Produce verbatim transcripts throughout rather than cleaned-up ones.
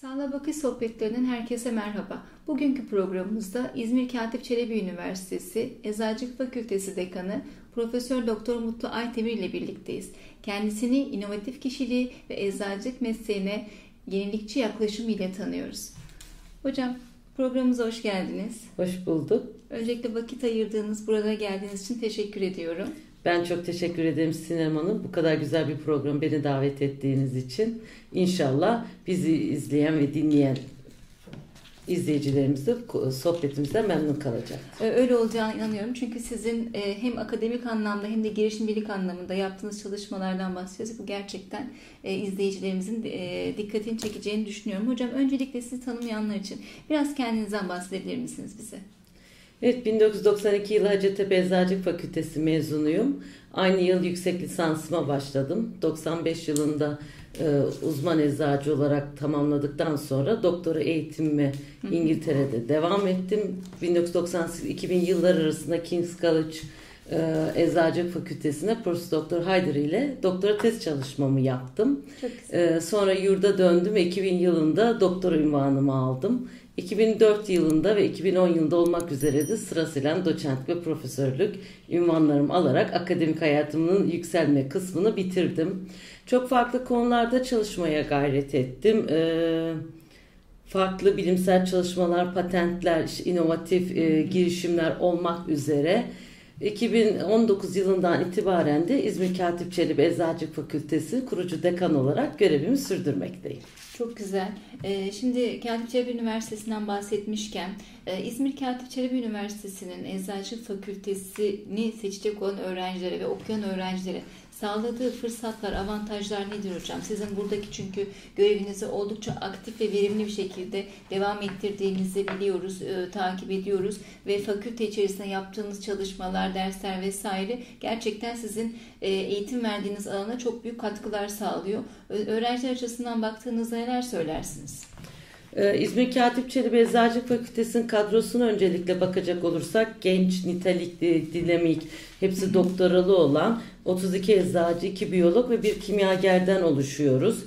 Sağlığa Bakış Sohbetlerinden herkese merhaba. Bugünkü programımızda İzmir Katip Çelebi Üniversitesi Eczacılık Fakültesi Dekanı Profesör Doktor Mutlu Aytemir ile birlikteyiz. Kendisini inovatif kişiliği ve eczacılık mesleğine yenilikçi yaklaşımı ile tanıyoruz. Hocam, programımıza hoş geldiniz. Hoş bulduk. Öncelikle vakit ayırdığınız, burada geldiğiniz için teşekkür ediyorum. Ben çok teşekkür ederim Sinem Hanım. Bu kadar güzel bir program beni davet ettiğiniz için. İnşallah bizi izleyen ve dinleyen izleyicilerimiz de sohbetimizden memnun kalacak. Öyle olacağına inanıyorum. Çünkü sizin hem akademik anlamda hem de girişimcilik anlamında yaptığınız çalışmalardan bahsediyoruz. Bu gerçekten izleyicilerimizin dikkatini çekeceğini düşünüyorum. Hocam, öncelikle sizi tanımayanlar için biraz kendinizden bahsedebilir misiniz bize? Evet, bin dokuz yüz doksan iki yılı Hacettepe Eczacılık Fakültesi mezunuyum. Aynı yıl yüksek lisansıma başladım. doksan beş yılında e, uzman eczacı olarak tamamladıktan sonra doktora eğitimime İngiltere'de devam ettim. bin dokuz yüz doksan sekiz iki bin yıllar arasında King's College e, Eczacılık Fakültesi'ne Profesör Doktor Hayder ile doktora tez çalışmamı yaptım. E, sonra yurda döndüm ve iki bin yılında doktora unvanımı aldım. iki bin dört yılında ve iki bin on yılında olmak üzere de sırasıyla doçent ve profesörlük unvanlarımı alarak akademik hayatımın yükselme kısmını bitirdim. Çok farklı konularda çalışmaya gayret ettim. Ee, farklı bilimsel çalışmalar, patentler, inovatif e, girişimler olmak üzere iki bin on dokuz yılından itibaren de İzmir Katip Çelebi Eczacılık Fakültesi kurucu dekan olarak görevimi sürdürmekteyim. Çok güzel. Şimdi Katip Çelebi Üniversitesi'nden bahsetmişken İzmir Katip Çelebi Üniversitesi'nin Eczacılık Fakültesini seçecek olan öğrencilere ve okuyan öğrencilere sağladığı fırsatlar, avantajlar nedir hocam? Sizin buradaki çünkü görevinizi oldukça aktif ve verimli bir şekilde devam ettirdiğinizi biliyoruz, e, takip ediyoruz ve fakülte içerisinde yaptığınız çalışmalar, dersler vesaire gerçekten sizin e, eğitim verdiğiniz alana çok büyük katkılar sağlıyor. Öğrenciler açısından baktığınızda neler söylersiniz? İzmir Katip Çelebi Eczacılık Fakültesi'nin kadrosuna öncelikle bakacak olursak genç, nitelikli, dinamik, hepsi doktoralı olan otuz iki eczacı, iki biyolog ve bir kimyagerden oluşuyoruz.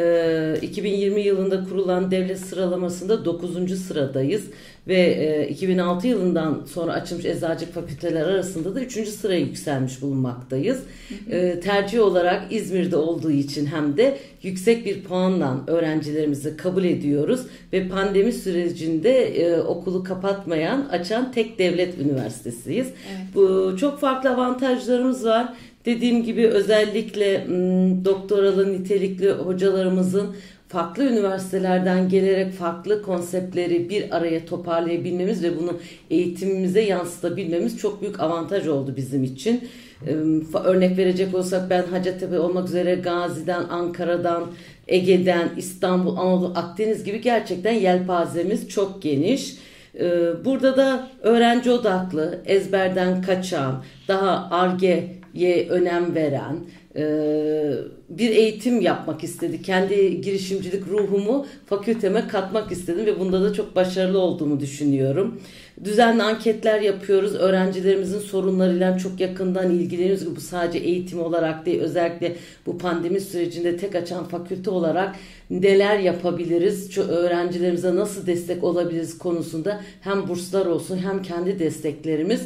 iki bin yirmi yılında kurulan devlet sıralamasında dokuzuncu sıradayız ve iki bin altı yılından sonra açılmış eczacılık fakülteler arasında da üçüncü sıraya yükselmiş bulunmaktayız. Hı hı. Tercih olarak İzmir'de olduğu için hem de yüksek bir puanla öğrencilerimizi kabul ediyoruz ve pandemi sürecinde okulu kapatmayan, açan tek devlet üniversitesiyiz. Evet. Bu çok farklı avantajlarımız var. Dediğim gibi özellikle m, doktoralı nitelikli hocalarımızın farklı üniversitelerden gelerek farklı konseptleri bir araya toparlayabilmemiz ve bunu eğitimimize yansıtabilmemiz çok büyük avantaj oldu bizim için. Ee, örnek verecek olsak ben Hacettepe olmak üzere Gazi'den, Ankara'dan, Ege'den, İstanbul, Anadolu, Akdeniz gibi gerçekten yelpazemiz çok geniş. Burada da öğrenci odaklı, ezberden kaçan, daha Ar-Ge'ye önem veren bir eğitim yapmak istedik. Kendi girişimcilik ruhumu fakülteme katmak istedim ve bunda da çok başarılı olduğumu düşünüyorum. Düzenli anketler yapıyoruz. Öğrencilerimizin sorunlarıyla çok yakından ilgileniyoruz. Bu sadece eğitim olarak değil, özellikle bu pandemi sürecinde tek açan fakülte olarak neler yapabiliriz, öğrencilerimize nasıl destek olabiliriz konusunda hem burslar olsun hem kendi desteklerimiz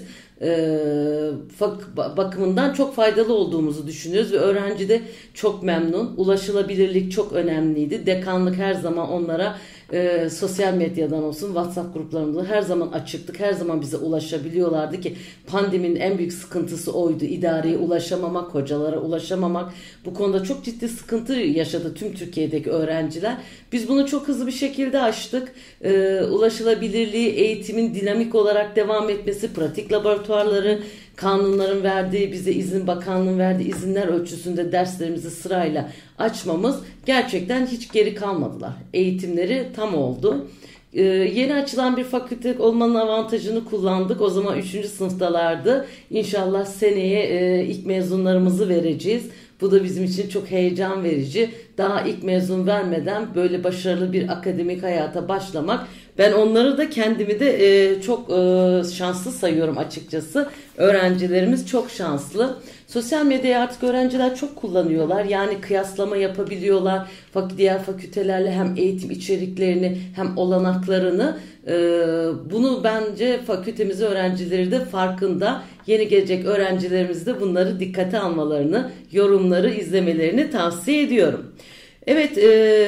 bakımından çok faydalı olduğumuzu düşünüyoruz ve öğrenci de çok memnun. Ulaşılabilirlik çok önemliydi. Dekanlık her zaman onlara e, sosyal medyadan olsun, WhatsApp gruplarımızda her zaman açıktık. Her zaman bize ulaşabiliyorlardı ki pandeminin en büyük sıkıntısı oydu. İdareye ulaşamamak, hocalara ulaşamamak. Bu konuda çok ciddi sıkıntı yaşadı tüm Türkiye'deki öğrenciler. Biz bunu çok hızlı bir şekilde aştık. E, ulaşılabilirliği, eğitimin dinamik olarak devam etmesi, pratik laboratuvarları, kanunların verdiği, bize izin, bakanlığın verdiği izinler ölçüsünde derslerimizi sırayla açmamız gerçekten hiç geri kalmadılar. Eğitimleri tam oldu. Ee, yeni açılan bir fakülte olmanın avantajını kullandık. O zaman üçüncü sınıftalardı. İnşallah seneye e, ilk mezunlarımızı vereceğiz. Bu da bizim için çok heyecan verici. Daha ilk mezun vermeden böyle başarılı bir akademik hayata başlamak Ben onları da kendimi de e, çok e, şanslı sayıyorum açıkçası. Öğrencilerimiz çok şanslı. Sosyal medyayı artık öğrenciler çok kullanıyorlar. Yani kıyaslama yapabiliyorlar. Diğer fakültelerle hem eğitim içeriklerini hem olanaklarını. E, bunu bence fakültemizin öğrencileri de farkında. Yeni gelecek öğrencilerimiz de bunları dikkate almalarını, yorumları izlemelerini tavsiye ediyorum. Evet, e,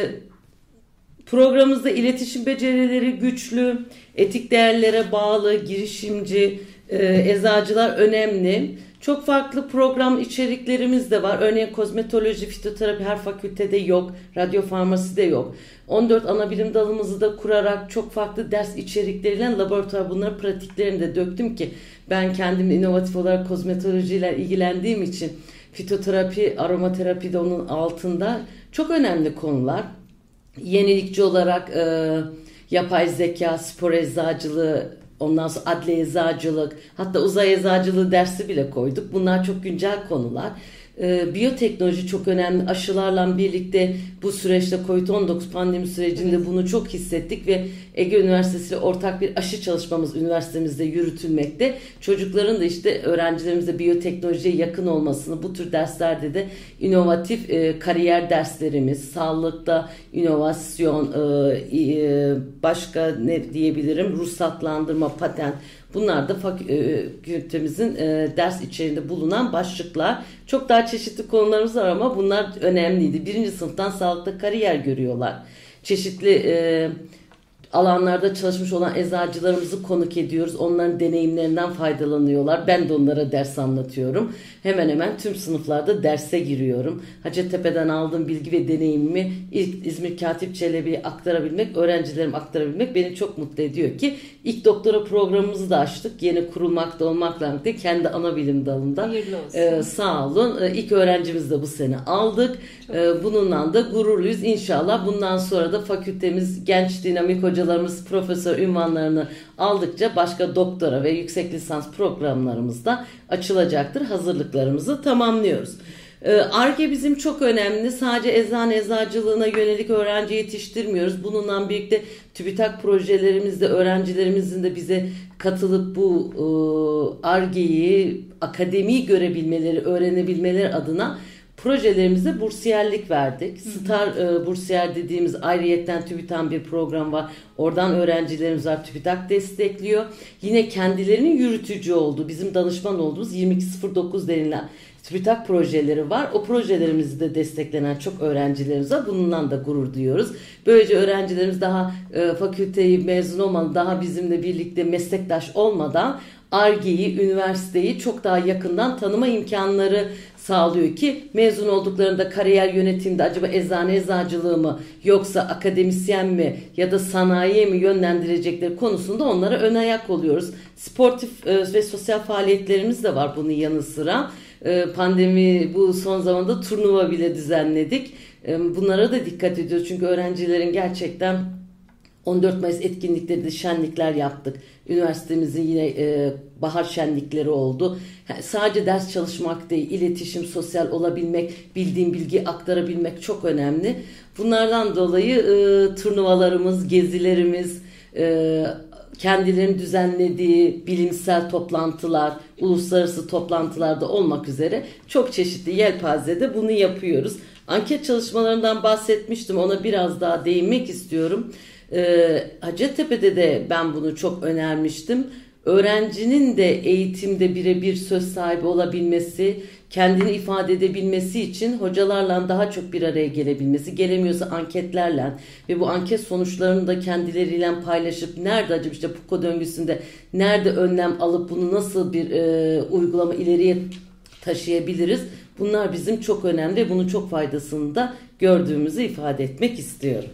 programımızda iletişim becerileri güçlü, etik değerlere bağlı, girişimci, e, eczacılar önemli. Çok farklı program içeriklerimiz de var. Örneğin kozmetoloji, fitoterapi her fakültede yok. Radyofarmasi de yok. on dört ana bilim dalımızı da kurarak çok farklı ders içerikleriyle laboratuvar bunların pratiklerini de döktüm ki ben kendim inovatif olarak kozmetolojiyle ilgilendiğim için fitoterapi, aromaterapi de onun altında çok önemli konular. Yenilikçi olarak e, yapay zeka, spor eczacılığı, ondan sonra adli eczacılık, hatta uzay eczacılığı dersi bile koyduk. Bunlar çok güncel konular. E, biyoteknoloji çok önemli. Aşılarla birlikte bu süreçte kovid on dokuz pandemi sürecinde evet. bunu çok hissettik ve Ege Üniversitesi ile ortak bir aşı çalışmamız üniversitemizde yürütülmekte. Çocukların da işte öğrencilerimizde biyoteknolojiye yakın olmasını, bu tür derslerde de inovatif e, kariyer derslerimiz, sağlıkta inovasyon, e, e, başka ne diyebilirim, ruhsatlandırma, patent, bunlar da fakültemizin e, ders içerisinde bulunan başlıklar. Çok daha çeşitli konularımız var ama bunlar önemliydi. Birinci sınıftan sağlıkta kariyer görüyorlar. Çeşitli e, alanlarda çalışmış olan eczacılarımızı konuk ediyoruz. Onların deneyimlerinden faydalanıyorlar. Ben de onlara ders anlatıyorum. Hemen hemen tüm sınıflarda derse giriyorum. Hacettepe'den aldığım bilgi ve deneyimimi ilk İzmir Katip Çelebi'ye aktarabilmek, öğrencilerime aktarabilmek beni çok mutlu ediyor ki ilk doktora programımızı da açtık. Yeni kurulmakta olmakla birlikte kendi ana bilim dalında. Ee, sağ olun. Ee, ilk öğrencimizi de bu sene aldık. Ee, bununla da gururluyuz. İnşallah bundan sonra da fakültemiz genç dinamik hocalarımız profesör ünvanlarını aldıkça başka doktora ve yüksek lisans programlarımız da açılacaktır. Hazırlıklarımızı tamamlıyoruz. Ar-Ge bizim çok önemli. Sadece eczane eczacılığına yönelik öğrenci yetiştirmiyoruz. Bununla birlikte TÜBİTAK projelerimizde öğrencilerimizin de bize katılıp bu Ar-Ge'yi, akademiyi görebilmeleri, öğrenebilmeleri adına projelerimize bursiyerlik verdik. Star e, bursiyer dediğimiz ayrıyetten TÜBİTAK'ın bir program var. Oradan öğrencilerimiz var. TÜBİTAK destekliyor. Yine kendilerinin yürütücü olduğu, bizim danışman olduğumuz yirmi iki sıfır dokuz denilen TÜBİTAK projeleri var. O projelerimizi de desteklenen çok öğrencilerimiz var. Bununla da gurur duyuyoruz. Böylece öğrencilerimiz daha e, fakülteyi mezun olmadan, daha bizimle birlikte meslektaş olmadan Ar-Ge'yi, üniversiteyi çok daha yakından tanıma imkanları sağlıyor ki mezun olduklarında kariyer yönetiminde acaba eczane eczacılığı mı yoksa akademisyen mi ya da sanayiye mi yönlendirecekleri konusunda onlara ön ayak oluyoruz. Sportif ve sosyal faaliyetlerimiz de var bunun yanı sıra. Pandemi bu son zamanda turnuva bile düzenledik. Bunlara da dikkat ediyoruz çünkü öğrencilerin gerçekten on dört Mayıs etkinlikleri de şenlikler yaptık. Üniversitemizin yine e, bahar şenlikleri oldu. Yani sadece ders çalışmak değil, iletişim, sosyal olabilmek, bildiğim bilgiyi aktarabilmek çok önemli. Bunlardan dolayı e, turnuvalarımız, gezilerimiz, e, kendilerinin düzenlediği bilimsel toplantılar, uluslararası toplantılarda olmak üzere çok çeşitli yelpazede bunu yapıyoruz. Anket çalışmalarından bahsetmiştim, ona biraz daha değinmek istiyorum. Ee, Hacettepe'de de ben bunu çok önermiştim. Öğrencinin de eğitimde birebir söz sahibi olabilmesi, kendini ifade edebilmesi için hocalarla daha çok bir araya gelebilmesi, gelemiyorsa anketlerle ve bu anket sonuçlarını da kendileriyle paylaşıp nerede acaba işte P U K O döngüsünde nerede önlem alıp bunu nasıl bir e, uygulama ileriye taşıyabiliriz? Bunlar bizim çok önemli ve bunun çok faydasını da gördüğümüzü ifade etmek istiyorum.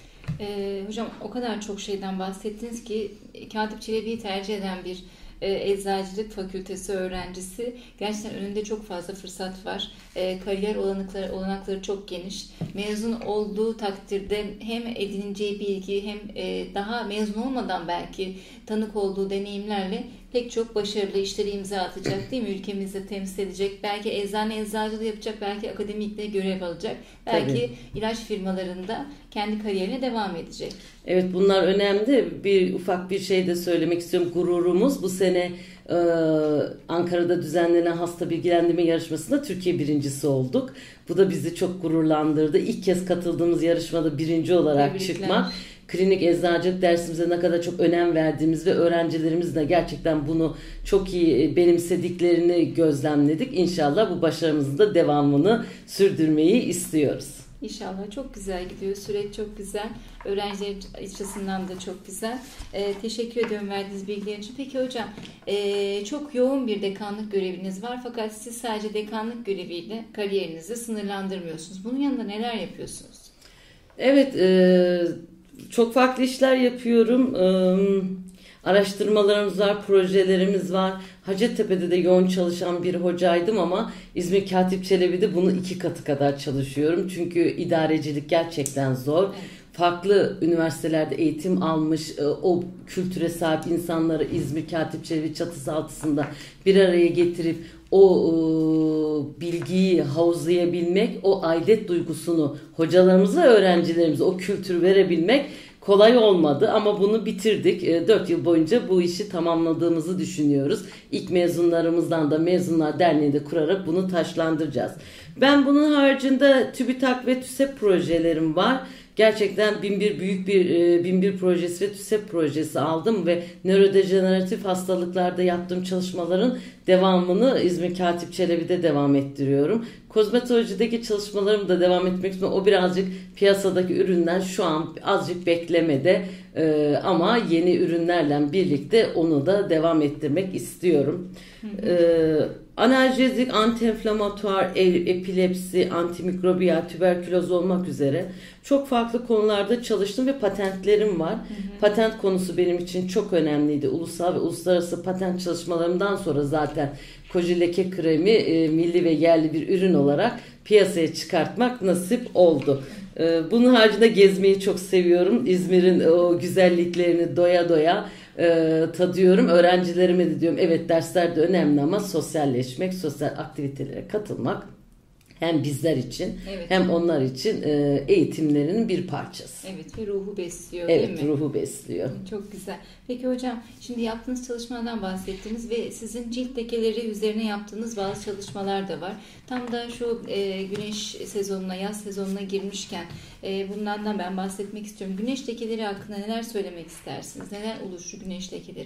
Ee, hocam o kadar çok şeyden bahsettiniz ki Katip Çelebi'yi tercih eden bir e, eczacılık fakültesi öğrencisi gerçekten önünde çok fazla fırsat var. E, kariyer olanakları, olanakları çok geniş. Mezun olduğu takdirde hem edineceği bilgi hem e, daha mezun olmadan belki tanık olduğu deneyimlerle pek çok başarılı işleri imza atacak değil mi? Ülkemizde temsil edecek. Belki eczane eczacılığı yapacak, belki akademikte görev alacak. Belki Tabii. ilaç firmalarında kendi kariyerine devam edecek. Evet, bunlar önemli. Bir ufak bir şey de söylemek istiyorum. Gururumuz bu sene e, Ankara'da düzenlenen hasta bilgilendirme yarışmasında Türkiye birincisi olduk. Bu da bizi çok gururlandırdı. İlk kez katıldığımız yarışmada birinci olarak Tebrikler. çıkmak. Klinik eczacılık dersimize ne kadar çok önem verdiğimiz ve öğrencilerimiz de gerçekten bunu çok iyi benimsediklerini gözlemledik. İnşallah bu başarımızın da devamını sürdürmeyi istiyoruz. İnşallah çok güzel gidiyor. Süreç çok güzel. Öğrenciler açısından da çok güzel. Ee, teşekkür ediyorum verdiğiniz bilgiler için. Peki hocam, e, çok yoğun bir dekanlık göreviniz var. Fakat siz sadece dekanlık göreviyle kariyerinizi sınırlandırmıyorsunuz. Bunun yanında neler yapıyorsunuz? Evet, e, çok farklı işler yapıyorum. E, araştırmalarımız var, projelerimiz var. Hacettepe'de de yoğun çalışan bir hocaydım ama İzmir Katip Çelebi'de bunu iki katı kadar çalışıyorum. Çünkü idarecilik gerçekten zor. Evet. Farklı üniversitelerde eğitim almış o kültüre sahip insanları İzmir Katip Çelebi çatısı altında bir araya getirip o bilgiyi havuzlayabilmek, o aidet duygusunu hocalarımıza, öğrencilerimize o kültürü verebilmek kolay olmadı ama bunu bitirdik. dört yıl boyunca bu işi tamamladığımızı düşünüyoruz. İlk mezunlarımızdan da Mezunlar Derneği de kurarak bunu taşlandıracağız. Ben bunun haricinde TÜBİTAK ve TÜSEP projelerim var. Gerçekten bin bir büyük bir bin bir projesi ve TÜSEP projesi aldım ve nörodejeneratif hastalıklarda yaptığım çalışmaların devamını İzmir Katip Çelebi'de devam ettiriyorum. Kozmetolojideki çalışmalarımı da devam etmek istiyorum. O birazcık piyasadaki ürünler şu an azıcık beklemede ee, ama yeni ürünlerle birlikte onu da devam ettirmek istiyorum. Hı hı. Ee, analjezik, antiinflamatuar, epilepsi, antimikrobiyal, tüberküloz olmak üzere çok farklı konularda çalıştım ve patentlerim var. Hı hı. Patent konusu benim için çok önemliydi. Ulusal ve uluslararası patent çalışmalarımdan sonra zaten Koji leke kremi e, milli ve yerli bir ürün olarak piyasaya çıkartmak nasip oldu. E, bunun haricinde gezmeyi çok seviyorum. İzmir'in o güzelliklerini doya doya e, tadıyorum. Öğrencilerime de diyorum evet dersler de önemli ama sosyalleşmek, sosyal aktivitelere katılmak hem bizler için evet. hem onlar için e, eğitimlerinin bir parçası. Evet ve ruhu besliyor evet, değil mi? Evet ruhu besliyor. Çok güzel. Peki hocam şimdi yaptığınız çalışmalardan bahsettiniz ve sizin cilt lekeleri üzerine yaptığınız bazı çalışmalar da var. Tam da şu e, güneş sezonuna, yaz sezonuna girmişken e, bundan ben bahsetmek istiyorum. Güneş lekeleri hakkında neler söylemek istersiniz? Neler oluşur güneş lekeleri?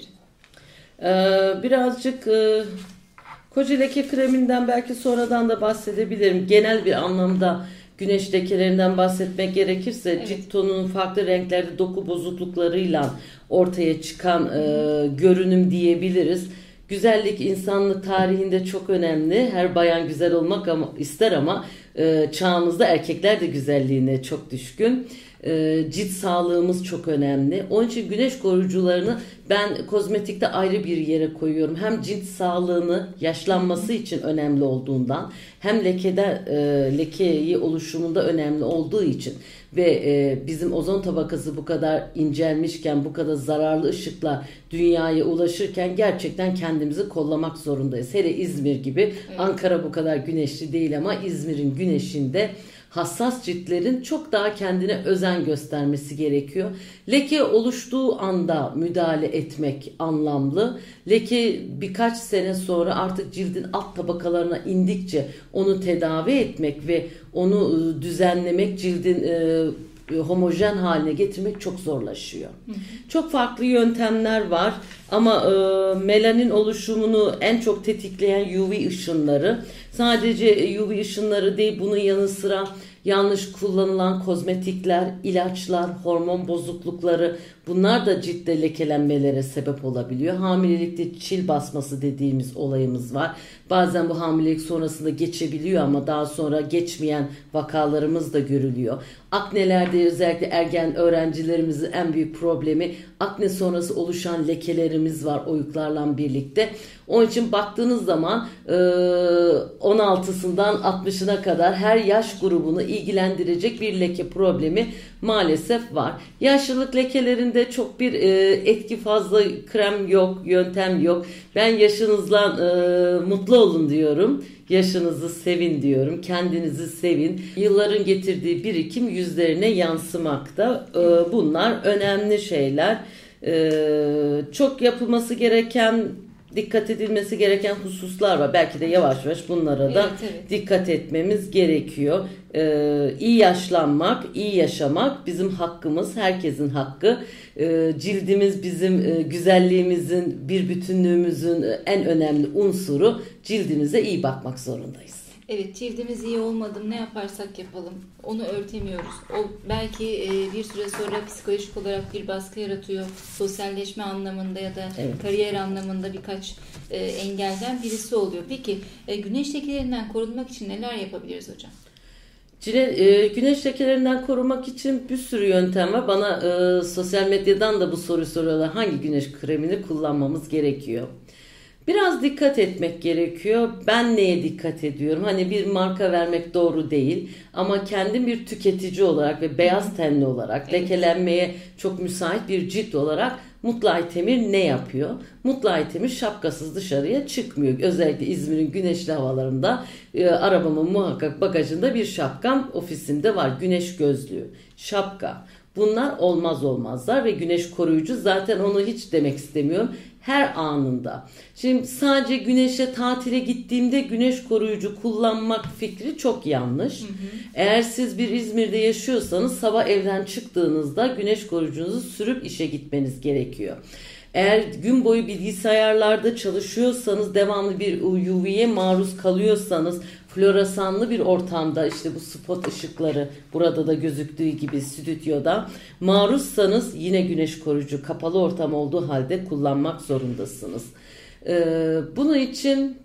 Ee, birazcık... E... Koji leke kreminden belki sonradan da bahsedebilirim. Genel bir anlamda güneş lekelerinden bahsetmek gerekirse evet. cilt tonunun farklı renklerde doku bozukluklarıyla ortaya çıkan e, görünüm diyebiliriz. Güzellik insanlık tarihinde çok önemli. Her bayan güzel olmak ama, ister ama e, çağımızda erkekler de güzelliğine çok düşkün. E, cilt sağlığımız çok önemli. Onun için güneş koruyucularını ben kozmetikte ayrı bir yere koyuyorum. Hem cilt sağlığını yaşlanması için önemli olduğundan hem lekede e, lekeyi oluşumunda önemli olduğu için ve e, bizim ozon tabakası bu kadar incelmişken, bu kadar zararlı ışıkla dünyaya ulaşırken gerçekten kendimizi kollamak zorundayız. Hele İzmir gibi, evet. Ankara bu kadar güneşli değil ama İzmir'in güneşinde hassas ciltlerin çok daha kendine özen göstermesi gerekiyor. Leke oluştuğu anda müdahale etmek anlamlı. Leke birkaç sene sonra artık cildin alt tabakalarına indikçe onu tedavi etmek ve onu düzenlemek, cildin e, homojen haline getirmek çok zorlaşıyor. Hı hı. Çok farklı yöntemler var ama e, melanin oluşumunu en çok tetikleyen U V ışınları. Sadece U V ışınları değil, bunun yanı sıra yanlış kullanılan kozmetikler, ilaçlar, hormon bozuklukları, bunlar da ciltte lekelenmelere sebep olabiliyor. Hamilelikte çil basması dediğimiz olayımız var. Bazen bu hamilelik sonrasında geçebiliyor ama daha sonra geçmeyen vakalarımız da görülüyor. Aknelerde özellikle ergen öğrencilerimizin en büyük problemi akne sonrası oluşan lekelerimiz var oyuklarla birlikte. Onun için baktığınız zaman e, on altısından altmışına kadar her yaş grubunu ilgilendirecek bir leke problemi maalesef var. Yaşlılık lekelerinde çok bir e, etki fazla krem yok, yöntem yok. Ben yaşınızla e, mutlu olun diyorum. Yaşınızı sevin diyorum. Kendinizi sevin. Yılların getirdiği birikim yüzlerine yansımakta. E, bunlar önemli şeyler. E, çok yapılması gereken, dikkat edilmesi gereken hususlar var. Belki de yavaş yavaş bunlara da evet, evet. dikkat etmemiz gerekiyor. Ee, iyi yaşlanmak, iyi yaşamak bizim hakkımız, herkesin hakkı. Ee, cildimiz bizim e, güzelliğimizin, bir bütünlüğümüzün en önemli unsuru. Cildimize iyi bakmak zorundayız. Evet, cildimiz iyi olmadı mı ne yaparsak yapalım onu örtemiyoruz. O belki bir süre sonra psikolojik olarak bir baskı yaratıyor. Sosyalleşme anlamında ya da evet. kariyer anlamında birkaç engelden birisi oluyor. Peki güneş lekelerinden korunmak için neler yapabiliriz hocam? Güneş lekelerinden korumak için bir sürü yöntem var. Bana e, sosyal medyadan da bu soruyu soruyorlar. Hangi güneş kremini kullanmamız gerekiyor? Biraz dikkat etmek gerekiyor. Ben neye dikkat ediyorum? Hani bir marka vermek doğru değil. Ama kendim bir tüketici olarak ve beyaz tenli olarak, evet. lekelenmeye çok müsait bir cilt olarak Mutlu Aytemir ne yapıyor? Mutlu Aytemir şapkasız dışarıya çıkmıyor. Özellikle İzmir'in güneşli havalarında e, arabamın muhakkak bagajında bir şapkam ofisimde var. Güneş gözlüğü, şapka. Bunlar olmaz olmazlar ve güneş koruyucu, zaten onu hiç demek istemiyorum. Her anında. Şimdi sadece güneşe, tatile gittiğimde güneş koruyucu kullanmak fikri çok yanlış. Hı hı. Eğer siz bir İzmir'de yaşıyorsanız sabah evden çıktığınızda güneş koruyucunuzu sürüp işe gitmeniz gerekiyor. Eğer gün boyu bilgisayarlarda çalışıyorsanız, devamlı bir U V'ye maruz kalıyorsanız, floresanlı bir ortamda, işte bu spot ışıkları burada da gözüktüğü gibi stüdyoda maruzsanız yine güneş koruyucu kapalı ortam olduğu halde kullanmak zorundasınız. Ee, bunun için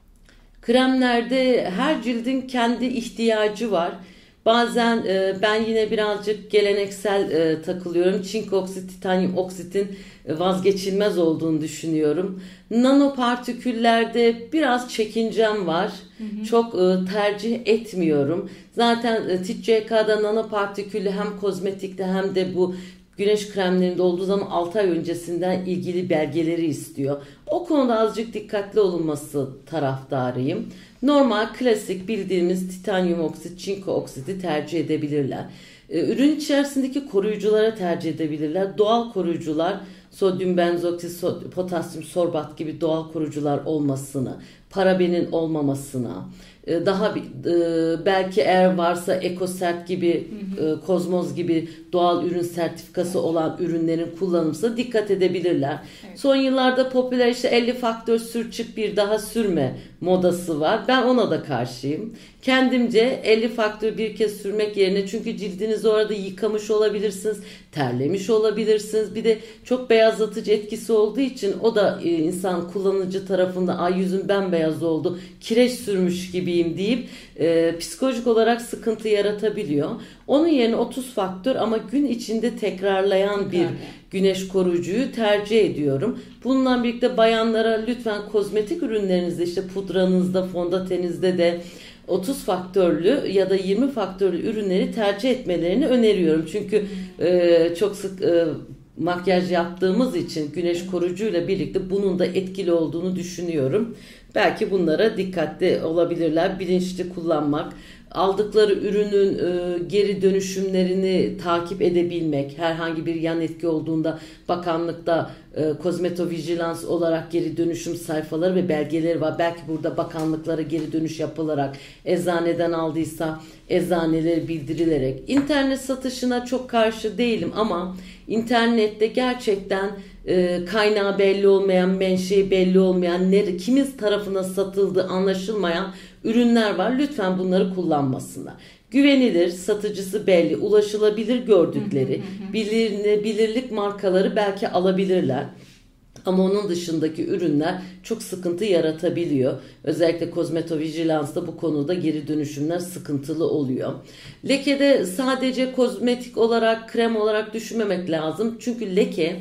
kremlerde her cildin kendi ihtiyacı var. Bazen e, ben yine birazcık geleneksel e, takılıyorum. Çink oksit, titanyum oksitin vazgeçilmez olduğunu düşünüyorum. Nanopartiküllerde biraz çekincem var. Hı hı. Çok e, tercih etmiyorum. Zaten e, T C K'da nanopartiküllü hem kozmetikte hem de bu güneş kremlerinde olduğu zaman altı ay öncesinden ilgili belgeleri istiyor. O konuda azıcık dikkatli olunması taraftarıyım. Normal, klasik bildiğimiz titanyum oksit, çinko oksiti tercih edebilirler. Ürün içerisindeki koruyuculara tercih edebilirler. Doğal koruyucular, sodyum benzoksit, potasyum sorbat gibi doğal koruyucular olmasını, parabenin olmamasına, daha belki eğer varsa EcoCert gibi, hı hı. Kozmoz gibi doğal ürün sertifikası olan ürünlerin kullanımına dikkat edebilirler. Evet. Son yıllarda popüler işte elli faktör sür çık bir daha sürme modası var. Ben ona da karşıyım. Kendimce elli faktör bir kez sürmek yerine, çünkü cildinizi orada yıkamış olabilirsiniz, terlemiş olabilirsiniz. Bir de çok beyazlatıcı etkisi olduğu için o da insan kullanıcı tarafında ay yüzüm bembeyaz oldu, kireç sürmüş gibiyim deyip e, psikolojik olarak sıkıntı yaratabiliyor. Onun yerine otuz faktör ama gün içinde tekrarlayan bir güneş koruyucuyu tercih ediyorum. Bununla birlikte bayanlara lütfen kozmetik ürünlerinizde, işte pudranızda, fondöteninizde de otuz faktörlü ya da yirmi faktörlü ürünleri tercih etmelerini öneriyorum. Çünkü e, çok sık e, makyaj yaptığımız için güneş koruyucuyla birlikte bunun da etkili olduğunu düşünüyorum. Belki bunlara dikkatli olabilirler, bilinçli kullanmak, aldıkları ürünün e, geri dönüşümlerini takip edebilmek, herhangi bir yan etki olduğunda bakanlıkta e, kozmetovigilans olarak geri dönüşüm sayfaları ve belgeleri var. Belki burada bakanlıklara geri dönüş yapılarak, eczaneden aldıysa eczaneleri bildirilerek. İnternet satışına çok karşı değilim ama internette gerçekten e, kaynağı belli olmayan, menşei belli olmayan, nere, kimin tarafına satıldığı anlaşılmayan ürünler var. Lütfen bunları kullanmasınlar. Güvenilir, satıcısı belli, ulaşılabilir gördükleri, bilinebilirlik markaları belki alabilirler. Ama onun dışındaki ürünler çok sıkıntı yaratabiliyor. Özellikle kozmetovigilansta bu konuda geri dönüşümler sıkıntılı oluyor. Lekede sadece kozmetik olarak, krem olarak düşünmemek lazım. Çünkü leke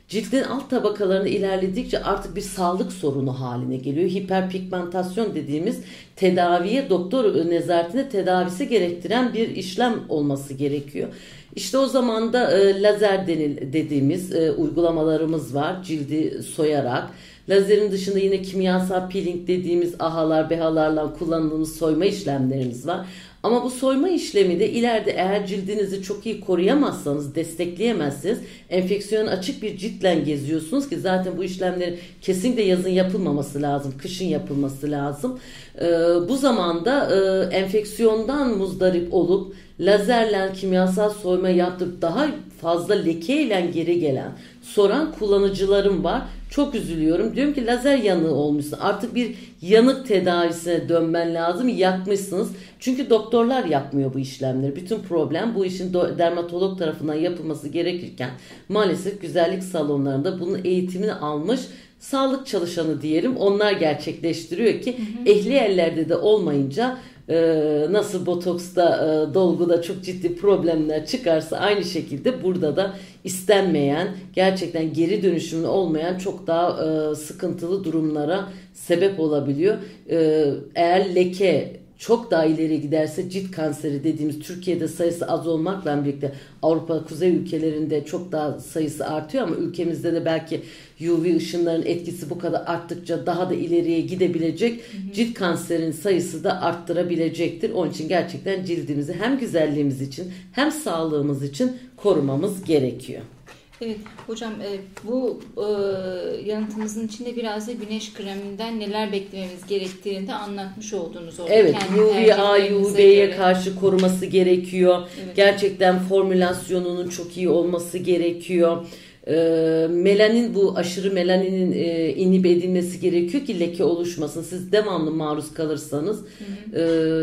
Cildin alt tabakalarını ilerledikçe artık bir sağlık sorunu haline geliyor. Hiperpigmentasyon dediğimiz tedaviye, doktor nezaretinde tedavisi gerektiren bir işlem olması gerekiyor. İşte o zaman da e, lazer denil, dediğimiz e, uygulamalarımız var, cildi soyarak. Lazerin dışında yine kimyasal peeling dediğimiz ahalar, behalarla kullandığımız soyma işlemlerimiz var. Ama bu soyma işlemi de ileride eğer cildinizi çok iyi koruyamazsanız, destekleyemezseniz, enfeksiyon açık bir ciltle geziyorsunuz ki zaten bu işlemlerin kesinlikle yazın yapılmaması lazım, kışın yapılması lazım. Ee, bu zamanda e, enfeksiyondan muzdarip olup lazerle kimyasal soyma yaptırıp daha fazla lekeyle geri gelen, soran kullanıcılarım var. Çok üzülüyorum. Diyorum ki lazer yanığı olmuşsun. Artık bir yanık tedavisine dönmen lazım. Yakmışsınız. Çünkü doktorlar yapmıyor bu işlemleri. Bütün problem bu işin dermatolog tarafından yapılması gerekirken maalesef güzellik salonlarında bunun eğitimini almış sağlık çalışanı diyelim. Onlar gerçekleştiriyor ki hı hı. ehli ellerde de olmayınca Ee, nasıl botoksta, e, dolguda çok ciddi problemler çıkarsa aynı şekilde burada da istenmeyen, gerçekten geri dönüşümlü olmayan çok daha e, sıkıntılı durumlara sebep olabiliyor. Ee, eğer leke çok daha ileri giderse cilt kanseri dediğimiz, Türkiye'de sayısı az olmakla birlikte Avrupa, kuzey ülkelerinde çok daha sayısı artıyor ama ülkemizde de belki U V ışınların etkisi bu kadar arttıkça daha da ileriye gidebilecek, hı hı. cilt kanserinin sayısı da arttırabilecektir. Onun için gerçekten cildimizi hem güzelliğimiz için hem sağlığımız için korumamız gerekiyor. Evet hocam, e, bu e, yanıtımızın içinde biraz da güneş kreminden neler beklememiz gerektiğini de anlatmış oldunuz orada. Evet, Kendi U V A, U V'ye göre. karşı koruması gerekiyor. Evet. Gerçekten formülasyonunun çok iyi olması gerekiyor. E, melanin, bu aşırı melaninin e, inhibe edilmesi gerekiyor ki leke oluşmasın. Siz devamlı maruz kalırsanız hı hı.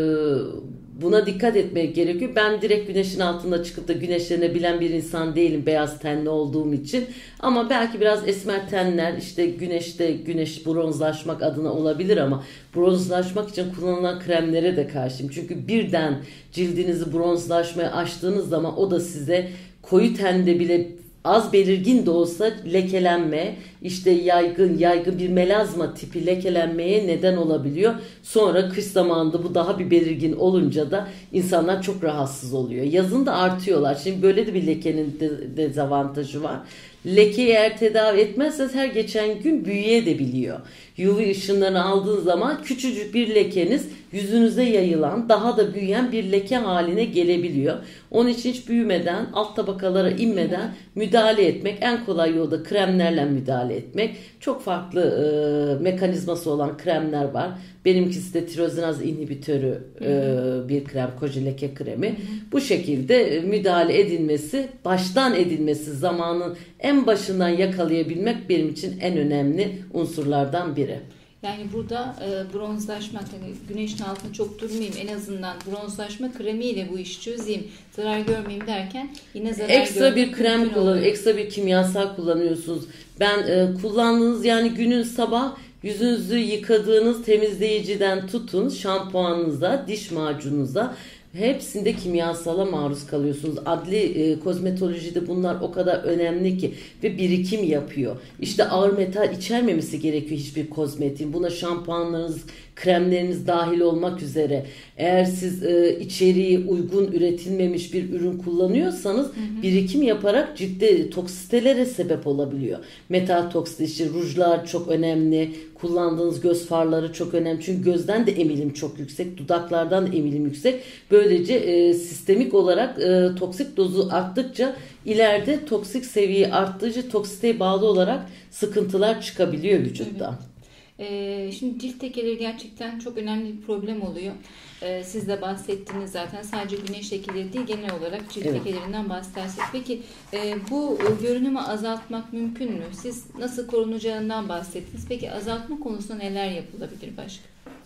E, buna dikkat etmek gerekiyor. Ben direkt güneşin altında çıkıp da güneşlenebilen bir insan değilim, beyaz tenli olduğum için. Ama belki biraz esmer tenler işte güneşte güneş bronzlaşmak adına olabilir ama bronzlaşmak için kullanılan kremlere de karşıyım. Çünkü birden cildinizi bronzlaşmaya açtığınız zaman o da size koyu tende bile az belirgin de olsa lekelenme, işte yaygın yaygın bir melazma tipi lekelenmeye neden olabiliyor. Sonra kış zamanında bu daha bir belirgin olunca da insanlar çok rahatsız oluyor. Yazın da artıyorlar. Şimdi böyle de bir lekenin de dezavantajı var. Lekeyi eğer tedavi etmezseniz her geçen gün büyüyebiliyor. U V ışınlarını aldığınız zaman küçücük bir lekeniz yüzünüze yayılan, daha da büyüyen bir leke haline gelebiliyor. Onun için hiç büyümeden, alt tabakalara inmeden müdahale etmek, en kolay yolda kremlerle müdahale etmek. Çok farklı e, mekanizması olan kremler var. Benimkisi de tirozinaz inhibitörü e, bir krem, Koji leke kremi. Hı hı. Bu şekilde müdahale edilmesi, baştan edilmesi, zamanın en başından yakalayabilmek benim için en önemli unsurlardan biri. Yani burada e, bronzlaşmak, yani güneşin altında çok durmayayım, en azından bronzlaşma kremiyle bu işi çözeyim, zarar görmeyeyim derken yine zarar ekstra bir krem kullanın, ekstra bir kimyasal kullanıyorsunuz. Ben e, kullandığınız, yani günün sabah yüzünüzü yıkadığınız temizleyiciden tutun şampuanınıza, diş macununuza, hepsinde kimyasala maruz kalıyorsunuz. Adli e, kozmetolojide bunlar o kadar önemli ki ve birikim yapıyor. İşte ağır metal içermemesi gerekiyor hiçbir kozmetiğin. Buna şampuanlarınız, kremleriniz dahil olmak üzere. Eğer siz e, içeriği uygun üretilmemiş bir ürün kullanıyorsanız hı hı. birikim yaparak ciltte toksitelere sebep olabiliyor. Metal toksiti, işte rujlar çok önemli. Kullandığınız göz farları çok önemli. Çünkü gözden de emilim çok yüksek. Dudaklardan da emilim yüksek. Böylece e, sistemik olarak e, toksik dozu arttıkça ileride toksik seviye arttıkça toksiteye bağlı olarak sıkıntılar çıkabiliyor vücutta. Evet. Ee, şimdi cilt lekeleri gerçekten çok önemli bir problem oluyor. Ee, siz de bahsettiniz zaten, sadece güneş lekeleri değil, genel olarak cilt evet. lekelerinden bahsedersek. Peki e, bu görünümü azaltmak mümkün mü? Siz nasıl korunacağından bahsettiniz. Peki azaltma konusunda neler yapılabilir başka?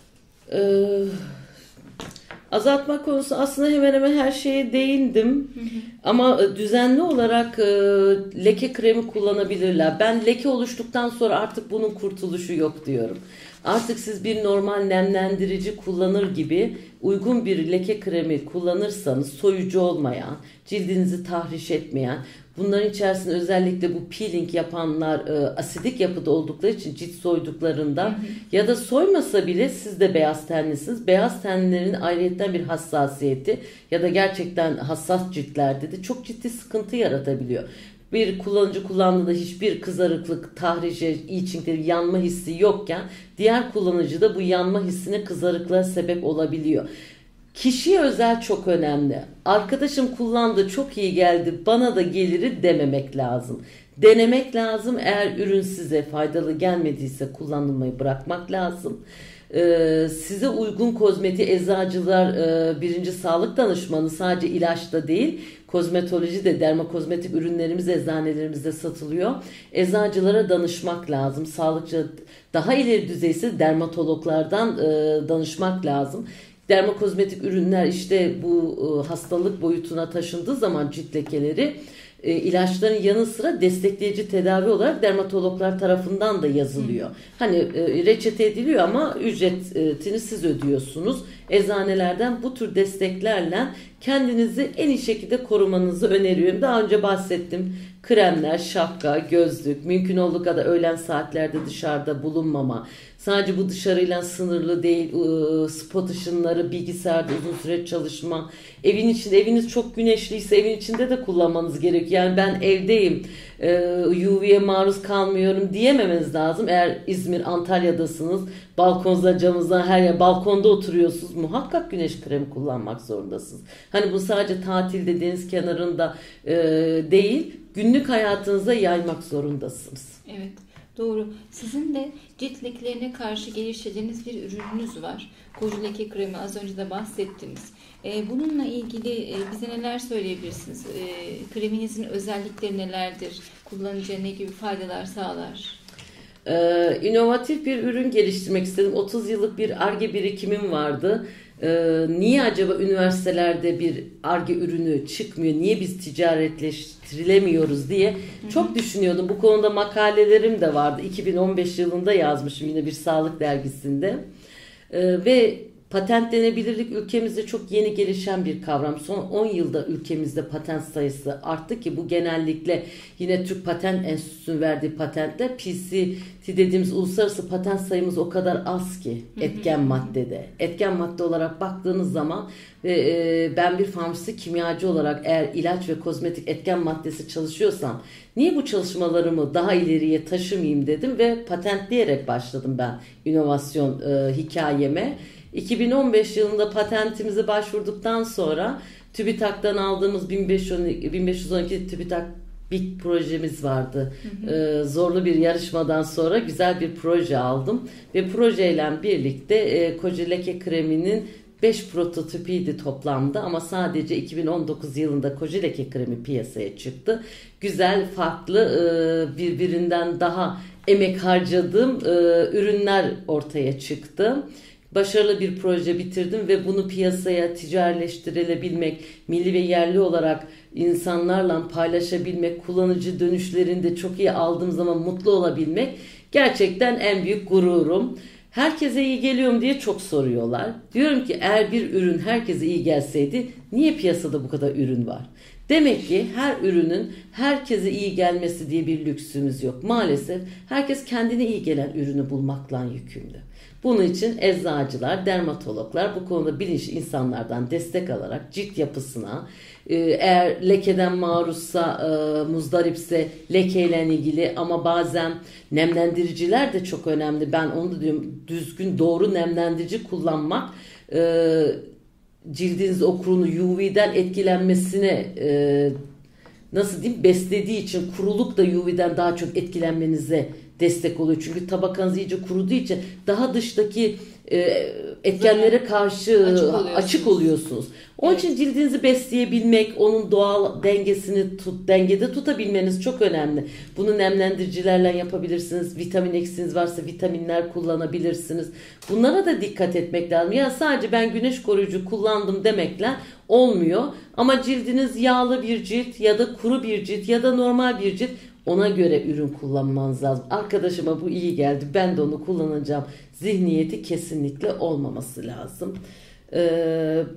Ee, azaltma konusu aslında hemen hemen her şeye değindim. Hı hı. Ama düzenli olarak e, leke kremi kullanabilirler. Ben leke oluştuktan sonra artık bunun kurtuluşu yok diyorum. Artık siz bir normal nemlendirici kullanır gibi uygun bir leke kremi kullanırsanız, soyucu olmayan, cildinizi tahriş etmeyen, Bunların içerisinde özellikle bu peeling yapanlar e, asidik yapıda oldukları için cilt soyduklarında hı hı. ya da soymasa bile siz de beyaz tenlisiniz. Beyaz tenlilerin ayrıyetten bir hassasiyeti ya da gerçekten hassas ciltlerde de çok ciddi sıkıntı yaratabiliyor. Bir kullanıcı kullandığında hiçbir kızarıklık, tahriş, itching, yanma hissi yokken diğer kullanıcı da bu yanma hissine, kızarıklığa sebep olabiliyor. Kişiye özel çok önemli. Arkadaşım kullandı, çok iyi geldi, bana da geliri dememek lazım. Denemek lazım. Eğer ürün size faydalı gelmediyse kullanılmayı bırakmak lazım. Ee, size uygun kozmetik eczacılar, e, birinci sağlık danışmanı sadece ilaçta değil, kozmetoloji de, dermakozmetik ürünlerimiz eczanelerimizde satılıyor. Eczacılara danışmak lazım. Sağlıkçı, daha ileri düzeyse dermatologlardan e, danışmak lazım. Dermakozmetik ürünler işte bu e, hastalık boyutuna taşındığı zaman cilt lekeleri e, ilaçların yanı sıra destekleyici tedavi olarak dermatologlar tarafından da yazılıyor. Hani e, reçete ediliyor ama ücretini siz ödüyorsunuz. Eczanelerden bu tür desteklerle kendinizi en iyi şekilde korumanızı öneriyorum. Daha önce bahsettim. Kremler, şapka, gözlük, mümkün olduğu kadar öğlen saatlerde dışarıda bulunmama. Sadece bu dışarıyla sınırlı değil, spot ışınları, bilgisayarda uzun süre çalışma. Evin içinde, eviniz çok güneşliyse evin içinde de kullanmanız gerekiyor. Yani ben evdeyim, U V'ye maruz kalmıyorum diyememeniz lazım. Eğer İzmir, Antalya'dasınız, balkonda, camınızda, her yer balkonda oturuyorsunuz, muhakkak güneş kremi kullanmak zorundasınız. Hani bu sadece tatilde, deniz kenarında e, değil, günlük hayatınıza yaymak zorundasınız. Evet, doğru. Sizin de cilt lekelerine karşı geliştirdiğiniz bir ürününüz var. Koju leke kremi, az önce de bahsettiniz. E, bununla ilgili e, bize neler söyleyebilirsiniz? E, kreminizin özellikleri nelerdir? Kullanıcıya ne gibi faydalar sağlar? Ee, inovatif bir ürün geliştirmek istedim. otuz yıllık bir Ar-Ge birikimim vardı. Ee, niye acaba üniversitelerde bir Ar-Ge ürünü çıkmıyor? Niye biz ticaretleştirilemiyoruz diye çok düşünüyordum. Bu konuda makalelerim de vardı. iki bin on beş yılında yazmışım yine bir sağlık dergisinde. Ee, ve patentlenebilirlik ülkemizde çok yeni gelişen bir kavram. Son on yılda ülkemizde patent sayısı arttı ki bu genellikle yine Türk Patent Enstitüsü'nün verdiği patentler. P C T dediğimiz uluslararası patent sayımız o kadar az ki etken maddede. Etken madde olarak baktığınız zaman ve e, ben bir farmasist kimyacı olarak eğer ilaç ve kozmetik etken maddesi çalışıyorsam niye bu çalışmalarımı daha ileriye taşımayayım dedim ve patentleyerek başladım ben inovasyon e, hikayeme. iki bin on beş yılında patentimize başvurduktan sonra TÜBİTAK'tan aldığımız bin beş yüz on iki TÜBİTAK Big projemiz vardı. Hı hı. Ee, zorlu bir yarışmadan sonra güzel bir proje aldım ve projeyle birlikte e, Koju leke kreminin beş prototipiydi toplamda ama sadece iki bin on dokuz yılında Koju leke kremi piyasaya çıktı. Güzel, farklı, e, birbirinden daha emek harcadığım e, ürünler ortaya çıktı. Başarılı bir proje bitirdim ve bunu piyasaya ticarileştirilebilmek, milli ve yerli olarak insanlarla paylaşabilmek, kullanıcı dönüşlerinde çok iyi aldığım zaman mutlu olabilmek gerçekten en büyük gururum. Herkese iyi geliyor mu diye çok soruyorlar. Diyorum ki eğer bir ürün herkese iyi gelseydi niye piyasada bu kadar ürün var? Demek ki her ürünün herkese iyi gelmesi diye bir lüksümüz yok. Maalesef herkes kendine iyi gelen ürünü bulmakla yükümlü. Bunun için eczacılar, dermatologlar bu konuda bilinçli insanlardan destek alarak cilt yapısına, eğer lekeden maruzsa, muzdaripse lekeyle ilgili ama bazen nemlendiriciler de çok önemli. Ben onu da diyorum, düzgün doğru nemlendirici kullanmak cildiniz o kurunu U V'den etkilenmesine nasıl diyeyim beslediği için kuruluk da U V'den daha çok etkilenmenize destek oluyor. Çünkü tabakanız iyice kuruduğu için daha dıştaki e, etkenlere karşı açık oluyorsunuz. Açık oluyorsunuz. Onun evet. için cildinizi besleyebilmek, onun doğal dengesini tut, dengede tutabilmeniz çok önemli. Bunu nemlendiricilerle yapabilirsiniz. Vitamin eksiğiniz varsa vitaminler kullanabilirsiniz. Bunlara da dikkat etmek lazım. Yani sadece ben güneş koruyucu kullandım demekle olmuyor. Ama cildiniz yağlı bir cilt ya da kuru bir cilt ya da normal bir cilt. Ona göre ürün kullanmanız lazım. Arkadaşıma bu iyi geldi, ben de onu kullanacağım zihniyeti kesinlikle olmaması lazım. Ee,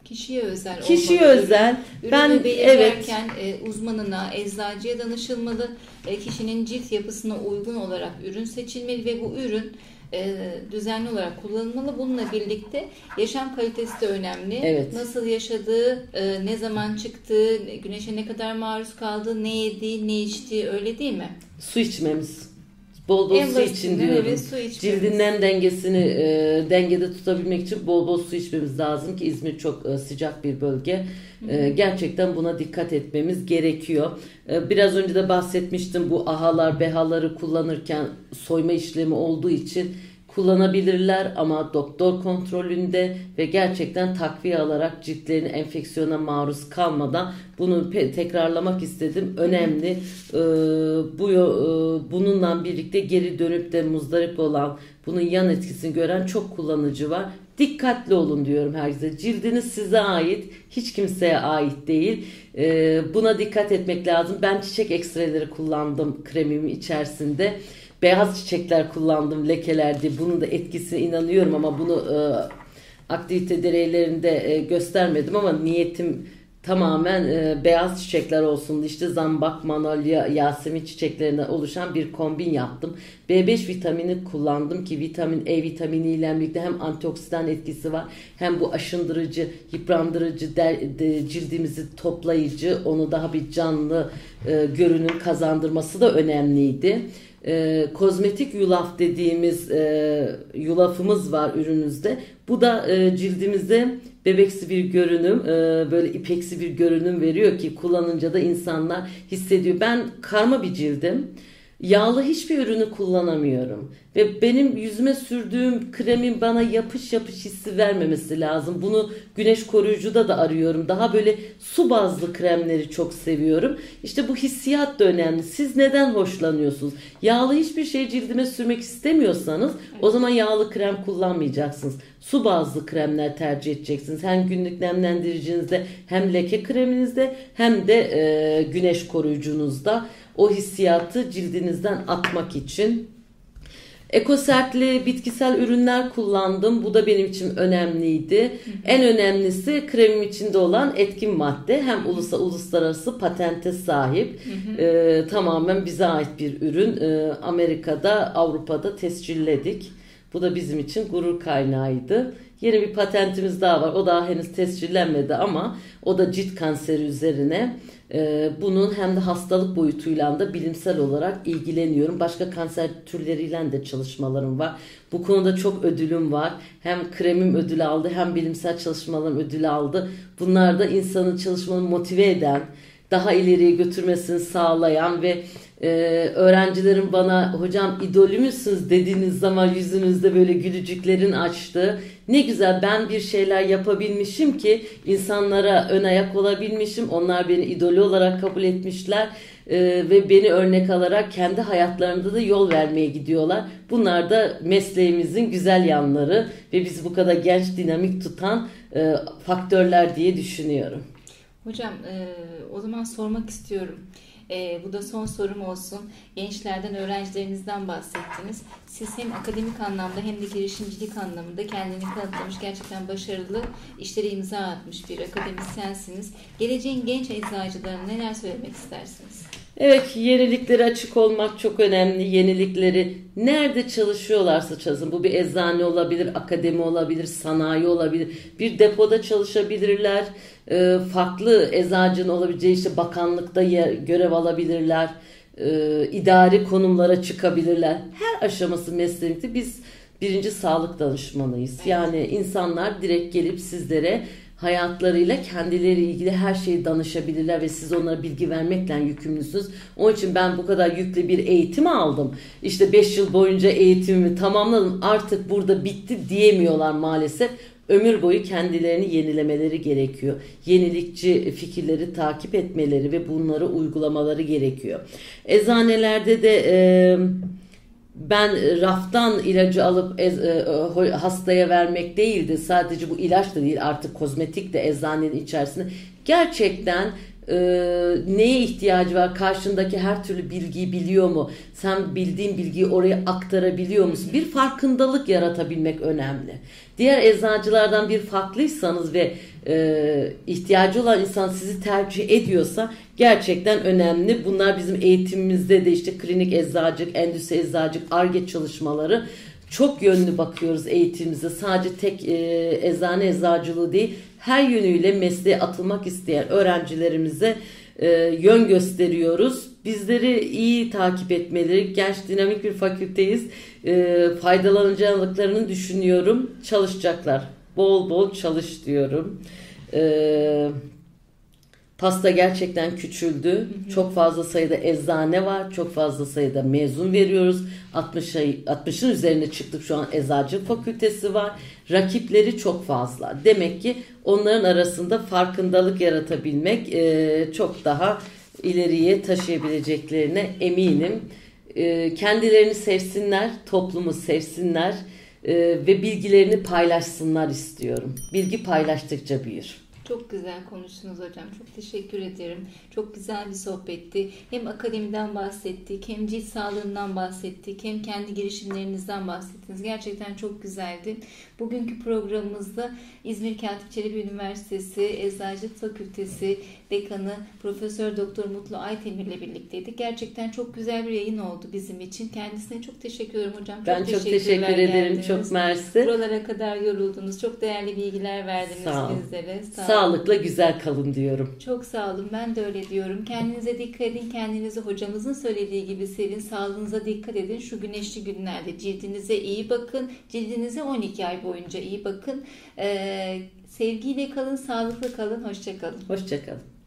Kişiye özel Kişiye olmalı. özel. Ürünü Ben belirlerken evet. e, uzmanına, eczacıya danışılmalı. E, kişinin cilt yapısına uygun olarak ürün seçilmeli ve bu ürün e, düzenli olarak kullanılmalı. Bununla birlikte yaşam kalitesi de önemli. Evet. Nasıl yaşadığı, e, ne zaman çıktığı, güneşe ne kadar maruz kaldığı, ne yediği, ne içtiği, öyle değil mi? Su içmemiz. Bol bol En su için basitinden diyorum. evet, su içmemiz. Cildin nem dengesini e, dengede tutabilmek için bol bol su içmemiz lazım ki İzmir çok e, sıcak bir bölge. E, gerçekten buna dikkat etmemiz gerekiyor. E, biraz önce de bahsetmiştim, bu ahalar, behaları kullanırken soyma işlemi olduğu için kullanabilirler ama doktor kontrolünde ve gerçekten takviye alarak ciltlerini enfeksiyona maruz kalmadan, bunu tekrarlamak istedim. Önemli. Ee, bu e, bununla birlikte geri dönüp de muzdarip olan, bunun yan etkisini gören çok kullanıcı var. Dikkatli olun diyorum herkese. Cildiniz size ait, hiç kimseye ait değil. Ee, buna dikkat etmek lazım. Ben çiçek ekstreleri kullandım kremimin içerisinde. Beyaz çiçekler kullandım lekeler diye. Bunun da etkisine inanıyorum ama bunu e, aktivite deneylerinde e, göstermedim ama niyetim tamamen e, beyaz çiçekler olsun. İşte zambak, manolya, yasemin çiçeklerinden oluşan bir kombin yaptım. B beş vitamini kullandım ki vitamin E vitaminiyle birlikte hem antioksidan etkisi var, hem bu aşındırıcı, yıprandırıcı, de, de, cildimizi toplayıcı, onu daha bir canlı e, görünüm kazandırması da önemliydi. E, kozmetik yulaf dediğimiz e, yulafımız var ürünümüzde. Bu da e, cildimize bebeksi bir görünüm, e, böyle ipeksi bir görünüm veriyor ki kullanınca da insanlar hissediyor. Ben karma bir cildim. Yağlı hiçbir ürünü kullanamıyorum. Ve benim yüzüme sürdüğüm kremin bana yapış yapış hissi vermemesi lazım. Bunu güneş koruyucuda da arıyorum. Daha böyle su bazlı kremleri çok seviyorum. İşte bu hissiyat da önemli. Siz neden hoşlanıyorsunuz? Yağlı hiçbir şey cildime sürmek istemiyorsanız o zaman yağlı krem kullanmayacaksınız. Su bazlı kremler tercih edeceksiniz. Hem günlük nemlendiricinizde, hem leke kreminizde, hem de e, güneş koruyucunuzda. O hissiyatı cildinizden atmak için. Ekosertli bitkisel ürünler kullandım. Bu da benim için önemliydi. Hı hı. En önemlisi kremim içinde olan etkin madde. Hem ulusal, uluslararası patente sahip. Hı hı. E, tamamen bize ait bir ürün. E, Amerika'da, Avrupa'da tescilledik. Bu da bizim için gurur kaynağıydı. Yeni bir patentimiz daha var. O daha henüz tescillenmedi ama o da cilt kanseri üzerine. Ee, bunun hem de hastalık boyutuyla da bilimsel olarak ilgileniyorum. Başka kanser türleriyle de çalışmalarım var. Bu konuda çok ödülüm var. Hem kremim ödül aldı, hem bilimsel çalışmalarım ödül aldı. Bunlar da insanın çalışmalarını motive eden, daha ileriye götürmesini sağlayan ve e, öğrencilerim bana hocam idolü müsünüz dediğiniz zaman yüzünüzde böyle gülücüklerin açtığı, ne güzel ben bir şeyler yapabilmişim ki insanlara ön ayak olabilmişim, onlar beni idolü olarak kabul etmişler e, ve beni örnek alarak kendi hayatlarında da yol vermeye gidiyorlar. Bunlar da mesleğimizin güzel yanları ve bizi bu kadar genç, dinamik tutan e, faktörler diye düşünüyorum. Hocam e, o zaman sormak istiyorum. E, bu da son sorum olsun. Gençlerden, öğrencilerinizden bahsettiniz. Siz hem akademik anlamda hem de girişimcilik anlamında kendini kanıtlamış, gerçekten başarılı işlere imza atmış bir akademisyensiniz. Geleceğin genç eczacılarına neler söylemek istersiniz? Evet, yeniliklere açık olmak çok önemli. Yenilikleri nerede çalışıyorlarsa çalışsın. Bu bir eczane olabilir, akademi olabilir, sanayi olabilir. Bir depoda çalışabilirler. E, farklı eczacının olabileceği işte bakanlıkta yer, görev alabilirler. E, idari konumlara çıkabilirler. Her aşaması mesleğimizde biz birinci sağlık danışmanıyız. Yani insanlar direkt gelip sizlere hayatlarıyla kendileriyle ilgili her şeyi danışabilirler ve siz onlara bilgi vermekle yükümlüsünüz. Onun için ben bu kadar yüklü bir eğitim aldım. İşte beş yıl boyunca eğitimimi tamamladım, artık burada bitti diyemiyorlar maalesef. Ömür boyu kendilerini yenilemeleri gerekiyor. Yenilikçi fikirleri takip etmeleri ve bunları uygulamaları gerekiyor. Eczanelerde de e, ben raftan ilacı alıp e, e, hastaya vermek değildi. Sadece bu ilaç da değil, artık kozmetik de eczanenin içerisinde. Gerçekten e, neye ihtiyacı var? Karşındaki her türlü bilgiyi biliyor mu? Sen bildiğin bilgiyi oraya aktarabiliyor musun? Bir farkındalık yaratabilmek önemli. Diğer eczacılardan bir farklıysanız ve e, ihtiyacı olan insan sizi tercih ediyorsa gerçekten önemli. Bunlar bizim eğitimimizde de işte klinik eczacılık, endüstri eczacılık, Ar-Ge çalışmaları çok yönlü bakıyoruz eğitimimize. Sadece tek e, eczane eczacılığı değil, her yönüyle mesleğe atılmak isteyen öğrencilerimize e, yön gösteriyoruz. Bizleri iyi takip etmeleri, genç dinamik bir fakülteyiz. E, faydalanacaklarını düşünüyorum. Çalışacaklar. Bol bol çalış diyorum. E, pasta gerçekten küçüldü. Hı hı. Çok fazla sayıda eczane var. Çok fazla sayıda mezun veriyoruz. altmışın üzerine çıktık, şu an eczacılık fakültesi var. Rakipleri çok fazla. Demek ki onların arasında farkındalık yaratabilmek e, çok daha ileriye taşıyabileceklerine eminim. E, kendilerini sevsinler, toplumu sevsinler e, ve bilgilerini paylaşsınlar istiyorum. Bilgi paylaştıkça büyür. Çok güzel konuştunuz hocam. Çok teşekkür ederim. Çok güzel bir sohbetti. Hem akademiden bahsettik, hem cilt sağlığından bahsettik, hem kendi girişimlerinizden bahsettiniz. Gerçekten çok güzeldi. Bugünkü programımızda İzmir Katip Çelebi Üniversitesi Eczacılık Fakültesi Dekanı Profesör Doktor Mutlu Aytemir ile birlikteydik. Gerçekten çok güzel bir yayın oldu bizim için. Kendisine çok teşekkür ederim hocam. Çok ben çok teşekkür ederim. Geldiniz. Çok mersi. Buralara kadar yoruldunuz. Çok değerli bilgiler verdiniz Sağ bizlere. Sağ Sağlıkla güzel kalın diyorum. Çok sağ olun. Ben de öyle diyorum. Kendinize dikkat edin. Kendinizi hocamızın söylediği gibi sevin. Sağlığınıza dikkat edin. Şu güneşli günlerde cildinize iyi bakın. Cildinize on iki ay boyunca iyi bakın. Ee, sevgiyle kalın, sağlıklı kalın. Hoşça kalın. Hoşça kalın.